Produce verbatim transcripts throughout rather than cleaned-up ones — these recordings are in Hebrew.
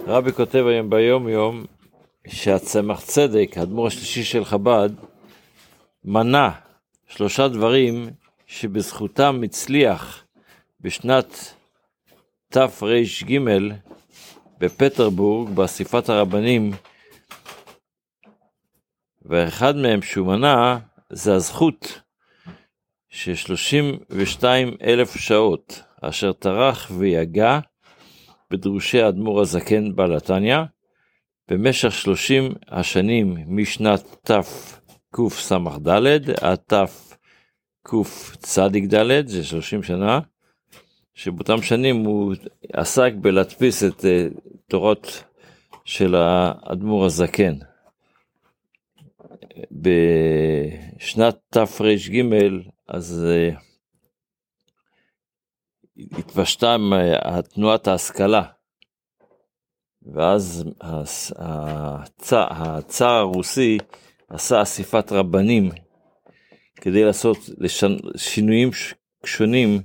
רבי כותב היום ביום יום שהצמח צדק, האדמו"ר השלישי של חב"ד, מנה שלושה דברים שבזכותם הצליח בשנת תר"ג בפטרבורג באספת הרבנים, ואחד מהם שהוא מנה זה הזכות של שלושים ושתיים אלף שעות אשר טרח ויגע בדרושי האדמו"ר הזקן בעל התניא במשך שלושים השנים משנת תקס"ד עד תקצ"ד, זה שלושים שנה, שבאותם שנים הוא עסק בלהדפיס את תורות של האדמו"ר הזקן. בשנת תר"ג אז התפשטה תנועת ההשכלה, ואז הצאר הרוסי עשה אספת רבנים כדי לעשות שינויים שונים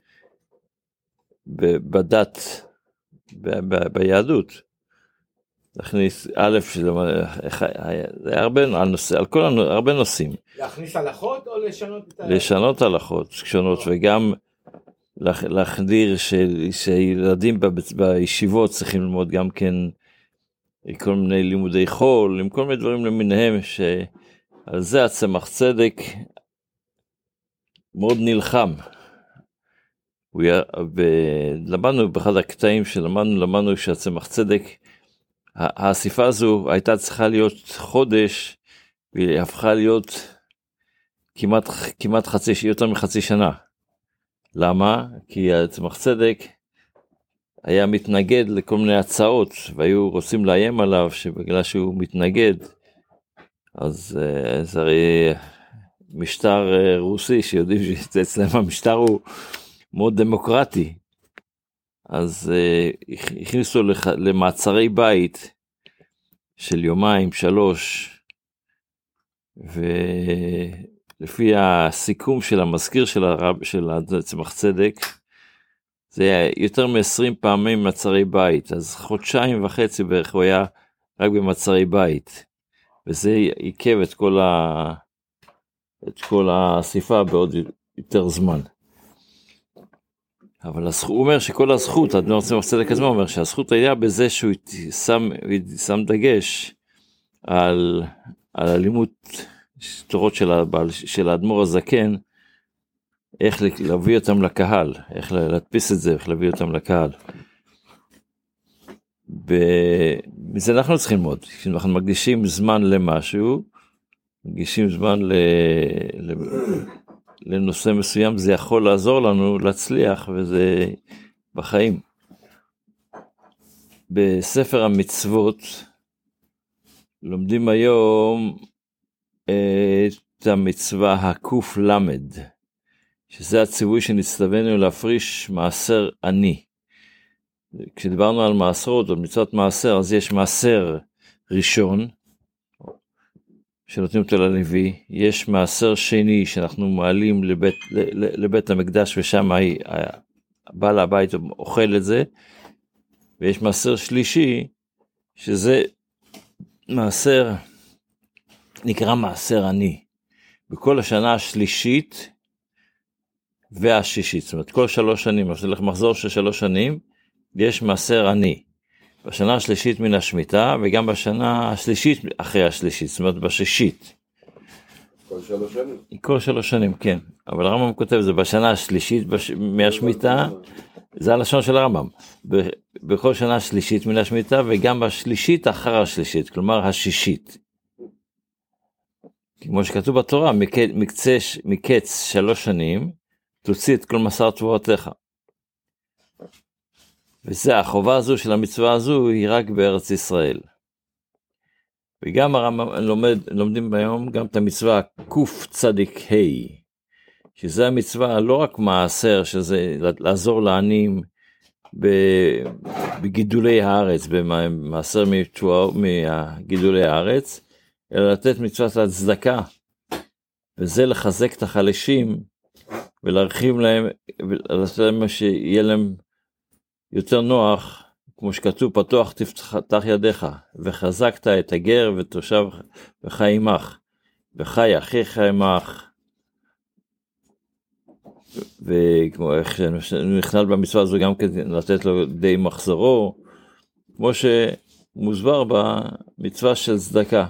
בדת, ביהדות. להכניס א', זה הרבה נושא, על כל הרבה נושאים. להכניס הלכות או לשנות את ה... לשנות הלכות שונות, וגם להחדיר שילדים בישיבות צריכים ללמוד גם כן כל מיני לימודי חול, עם כל מיני דברים למיניהם, שעל זה הצמח צדק מאוד נלחם. למדנו באחד הקטעים שלמדנו, למדנו שהצמח צדק, האסיפה הזו הייתה צריכה להיות חודש, והיא הפכה להיות כמעט, כמעט חצי, יותר מחצי שנה. למה? כי הצמח צדק היה מתנגד לכל מיני הצעות, והיו רוצים לאיים עליו שבגלל שהוא מתנגד, אז זה הרי משטר רוסי שיודעים שאצלם המשטר הוא מאוד דמוקרטי, אז הכניסו למעצרי בית של יומיים, שלוש, ולפי הסיכום של המזכיר של הרב, של הצמח צדק, זה היה יותר מ-עשרים פעמים מעצרי בית, אז חודשיים וחצי בערך הוא היה רק במעצרי בית, וזה עיכב את כל ה... את כל האסיפה בעוד יותר זמן. אבל הוא אומר שכל הזכות, האדמו"ר הצמח צדק עצמו אומר שהזכות היה בזה שהוא שם, שם דגש על, על הלימוד תורות של, של האדמו"ר הזקן, איך להביא אותם לקהל, איך להדפיס את זה, איך להביא אותם לקהל. בזה אנחנו צריכים ללמוד, כשאנחנו מקדישים זמן למשהו, מקדישים זמן ל... ל... לנושא מסוים, זה יכול לעזור לנו להצליח, וזה בחיים. בספר המצוות לומדים היום את המצווה הקוף למד, שזה הציווי שנצטווינו להפריש מעשר עני. כשדיברנו על מעשרות או מצוות מעשר, אז יש מעשר ראשון שנותנים אותו ללוי, יש מעשר שני שאנחנו מעלים לבית, לבית המקדש, ושם בעל הבית אוכל את זה, ויש מעשר שלישי שזה מעשר, נקרא מעשר עני, בכל השנה השלישית והשישית, זאת אומרת כל שלוש שנים, מחזור של שלוש שנים, יש מעשר עני, בשנה השלישית מן השמיטה, וגם בשנה השלישית אחרי השלישית, זאת אומרת בשישית. כל שלוש שנים? כל שלוש שנים, כן. אבל הרמב"ם כותב, זה בשנה השלישית בש... מהשמיטה, זה הלשון של הרמב"ם. ב... בכל שנה השלישית מן השמיטה, וגם בשלישית אחר השלישית, כלומר השישית. כמו שכתוב בתורה, מק... מקצש... מקץ שלוש שנים, תוציא את כל מסר תבואתך. וזה, החובה הזו של המצווה הזו היא רק בארץ ישראל. וגם הרמב"ם לומד, לומדים היום גם את המצווה קוף צדיק ה', שזה המצווה לא רק מעשר, שזה לעזור לעניים בגידולי הארץ, במעשר מגידולי הארץ, אלא לתת מצוות הצדקה, וזה לחזק את החלשים, ולהרחיב להם, ולעשות להם שיהיה להם יותר נוח, כמו שכתוב, פתוח תפתח ידיך, וחזקת את הגר ותושב וחי עמך, וחי אחיך עמך, וכמו איך שנכנל במצווה הזו גם כדי לתת לו די מחזרו, כמו שמוסבר במצווה של צדקה.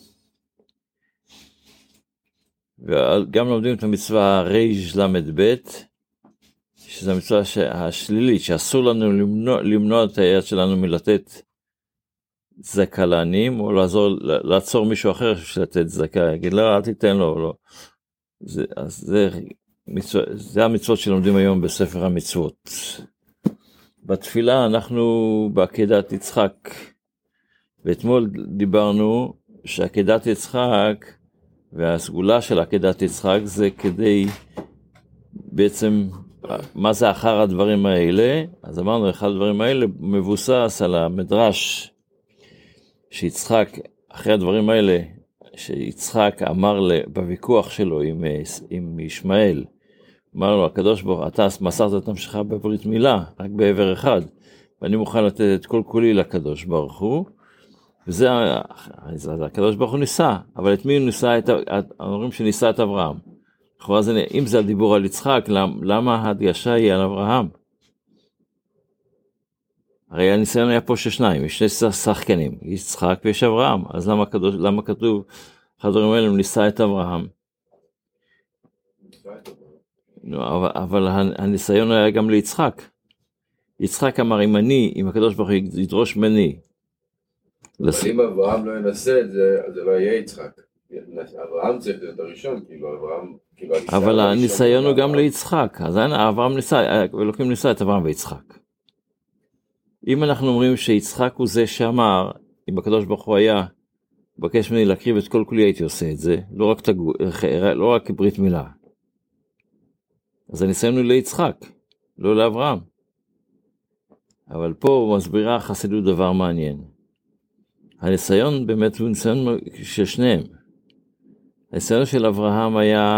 וגם לומדים את המצווה רייש למד בית, שזו המצווה השלילית, שאסור לנו למנוע, למנוע את היד שלנו מלתת צדקה לעניים, או לעזור, לעצור מישהו אחר שלתת צדקה, יגיד לא, אל תיתן לו, לא. זה, אז זה, מצווה, זה המצוות שלומדים היום בספר המצוות. בתפילה אנחנו בעקדת יצחק, ואתמול דיברנו שעקדת יצחק, והסגולה של עקדת יצחק זה כדי בעצם, מה זה אחר הדברים האלה? אז אמרנו, אחד הדברים האלה מבוסס על המדרש שיצחק, אחרי הדברים האלה, שיצחק אמר בוויכוח שלו עם, עם ישמעאל, אמר לו, הקדוש ברוך הוא, אתה מסרת את נפשך בברית מילה, רק בעבר אחד, ואני מוכן לתת את כל כולי לקדוש ברוך הוא, וזה, הקדוש ברוך הוא ניסה, אבל את מי הוא ניסה? אומרים שניסה את אברהם. אם זה הדיבור על יצחק, למה ההדגשה היא על אברהם? הרי הניסיון היה פה ששניים, יש שני שחקנים, יצחק ויש אברהם, אז למה, קדוש, למה כתוב, הדברים האלה הוא ניסה את אברהם? אבל, אבל הניסיון היה גם ליצחק. יצחק אמר, אם אני, אם הקדוש ברוך הוא ידרוש ממני, אבל אם אברהם לא ינסה את זה, אז זה לא יהיה יצחק. אברהם צריך להיות הראשון, כאילו אברהם... אבל הניסיון הוא גם ליצחק, אז אברהם ניסה, אלוקים ניסה את אברהם ויצחק. אם אנחנו אומרים שיצחק הוא זה שאמר, אם הקדוש ברוך הוא היה, בקש ממני להקריב את כל כולי, הייתי עושה את זה, לא רק, תגו, לא רק ברית מילה. אז הניסיון הוא ליצחק, לא לאברהם. אבל פה מסבירה חסידות דבר מעניין. הניסיון באמת הוא ניסיון של שניהם. הניסיון של אברהם היה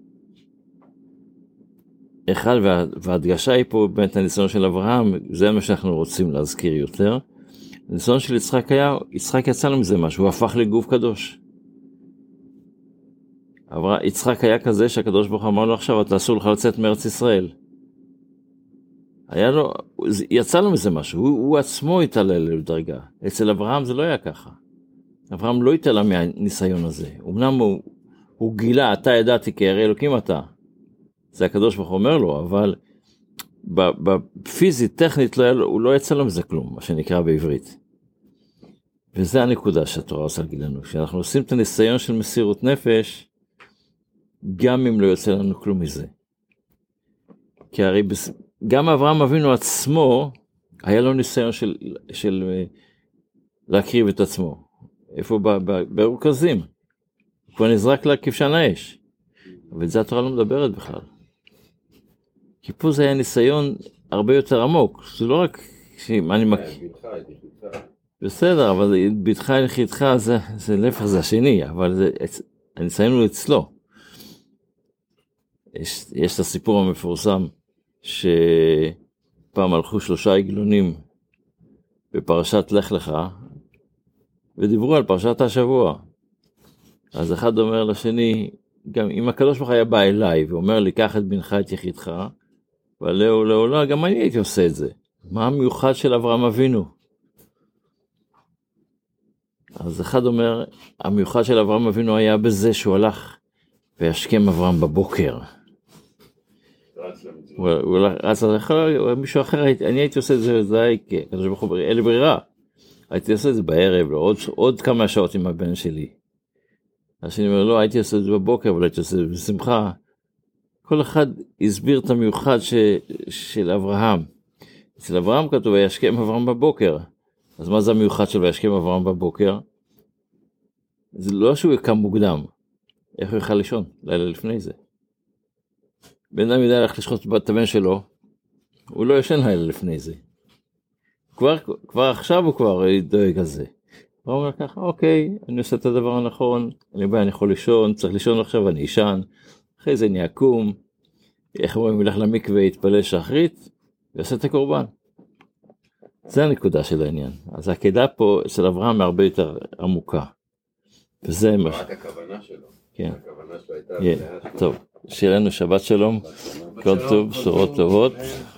אחד, וההדגשה היא פה באמת הניסיון של אברהם, זה מה שאנחנו רוצים להזכיר יותר. הניסיון של יצחק היה, יצחק יצא לו מזה משהו, הוא הפך לגוף קדוש. יצחק היה כזה שהקדוש ברוך הוא אמר לו עכשיו, אתה אסור לך לצאת מארץ ישראל. היה לו, יצא לו מזה משהו, הוא, הוא עצמו התעלל לדרגה. אצל אברהם זה לא היה ככה. אברהם לא התעלה מהניסיון הזה. אמנם הוא, הוא גילה, אתה ידעתי כי הרי אלוקים אתה. זה הקדוש ברוך הוא אומר לו, אבל בפיזית, טכנית, לא, הוא לא יצא לו מזה כלום, מה שנקרא בעברית. וזה הנקודה שהתורה עושה להגיד לנו, שאנחנו עושים את הניסיון של מסירות נפש, גם אם לא יוצא לנו כלום מזה. כי הרי גם אברהם אבינו עצמו, היה לו ניסיון של, של להקריב את עצמו. איפה? ברוכזים. הוא כבר נזרק לכבשן האש. אבל זה התורה לא מדברת בכלל. כי פה זה היה ניסיון הרבה יותר עמוק. זה לא רק מה אני מכיר. בסדר, אבל ביתך יחידך זה, זה לפח, זה השני, אבל זה, הניסיון הוא אצלו. יש, יש את הסיפור המפורסם, שפעם הלכו שלושה עגלונים בפרשת לך לך, ודיברו על פרשת השבוע. אז אחד אומר לשני, גם אם הקדוש ברוך הוא היה בא אליי, ואומר לי, קח את בנך את יחידך, ולאו לאו לא, גם אני הייתי עושה את זה. מה המיוחד של אברהם אבינו? אז אחד אומר, המיוחד של אברהם אבינו היה בזה שהוא הלך וישכם אברהם בבוקר. הוא רץ לזה, מישהו אחר, אני הייתי עושה את זה, זה היה כדוש ברוך הוא, אין לי ברירה. הייתי עושה את זה בערב, עוד כמה שעות עם הבן שלי. אז אני אומר, לא, הייתי עושה את זה בבוקר, אבל הייתי עושה את זה בשמחה. כל אחד הסביר את המיוחד של אברהם. אצל אברהם כתוב, וישכם אברהם בבוקר. אז מה זה המיוחד שלו, וישכם אברהם בבוקר? זה לא שהוא יקם מוקדם. איך הוא יוכל לישון? לילה לפני זה. בן אדם יודע ללכת לשחוט את הבן שלו, הוא לא ישן לילה לפני זה. כבר, כבר עכשיו הוא כבר דואג על זה. הוא אומר ככה, אוקיי, אני עושה את הדבר הנכון, אני בא, אני יכול לישון, צריך לישון עכשיו, אני ישן, אחרי זה אני אקום, איך אומרים, ילך למקווה, יתפלל שחרית, ויעשה את הקורבן. זה הנקודה של העניין. אז העקדה פה אצל אברהם היא הרבה יותר עמוקה. וזה מה... רק הכוונה שלו. כן. הכוונה שלו הייתה... טוב, שיהיה לנו שבת שלום, כל טוב, בשורות טובות.